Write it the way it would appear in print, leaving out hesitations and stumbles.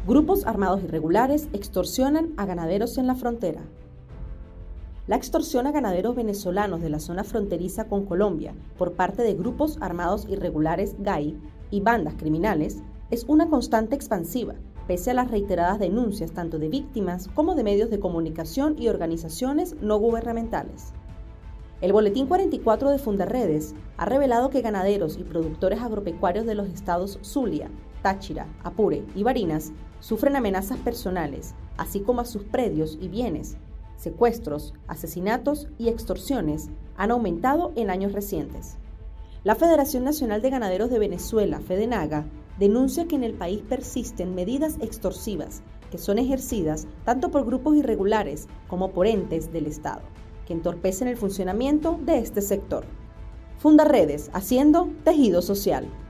Grupos armados irregulares extorsionan a ganaderos en la frontera. La extorsión a ganaderos venezolanos de la zona fronteriza con Colombia por parte de grupos armados irregulares GAI y bandas criminales es una constante expansiva, pese a las reiteradas denuncias tanto de víctimas como de medios de comunicación y organizaciones no gubernamentales. El Boletín 44 de Fundarredes ha revelado que ganaderos y productores agropecuarios de los estados Zulia, Táchira, Apure y Barinas sufren amenazas personales, así como a sus predios y bienes. Secuestros, asesinatos y extorsiones han aumentado en años recientes. La Federación Nacional de Ganaderos de Venezuela, FEDENAGA, denuncia que en el país persisten medidas extorsivas que son ejercidas tanto por grupos irregulares como por entes del Estado, que entorpecen el funcionamiento de este sector. Fundarredes, haciendo tejido social.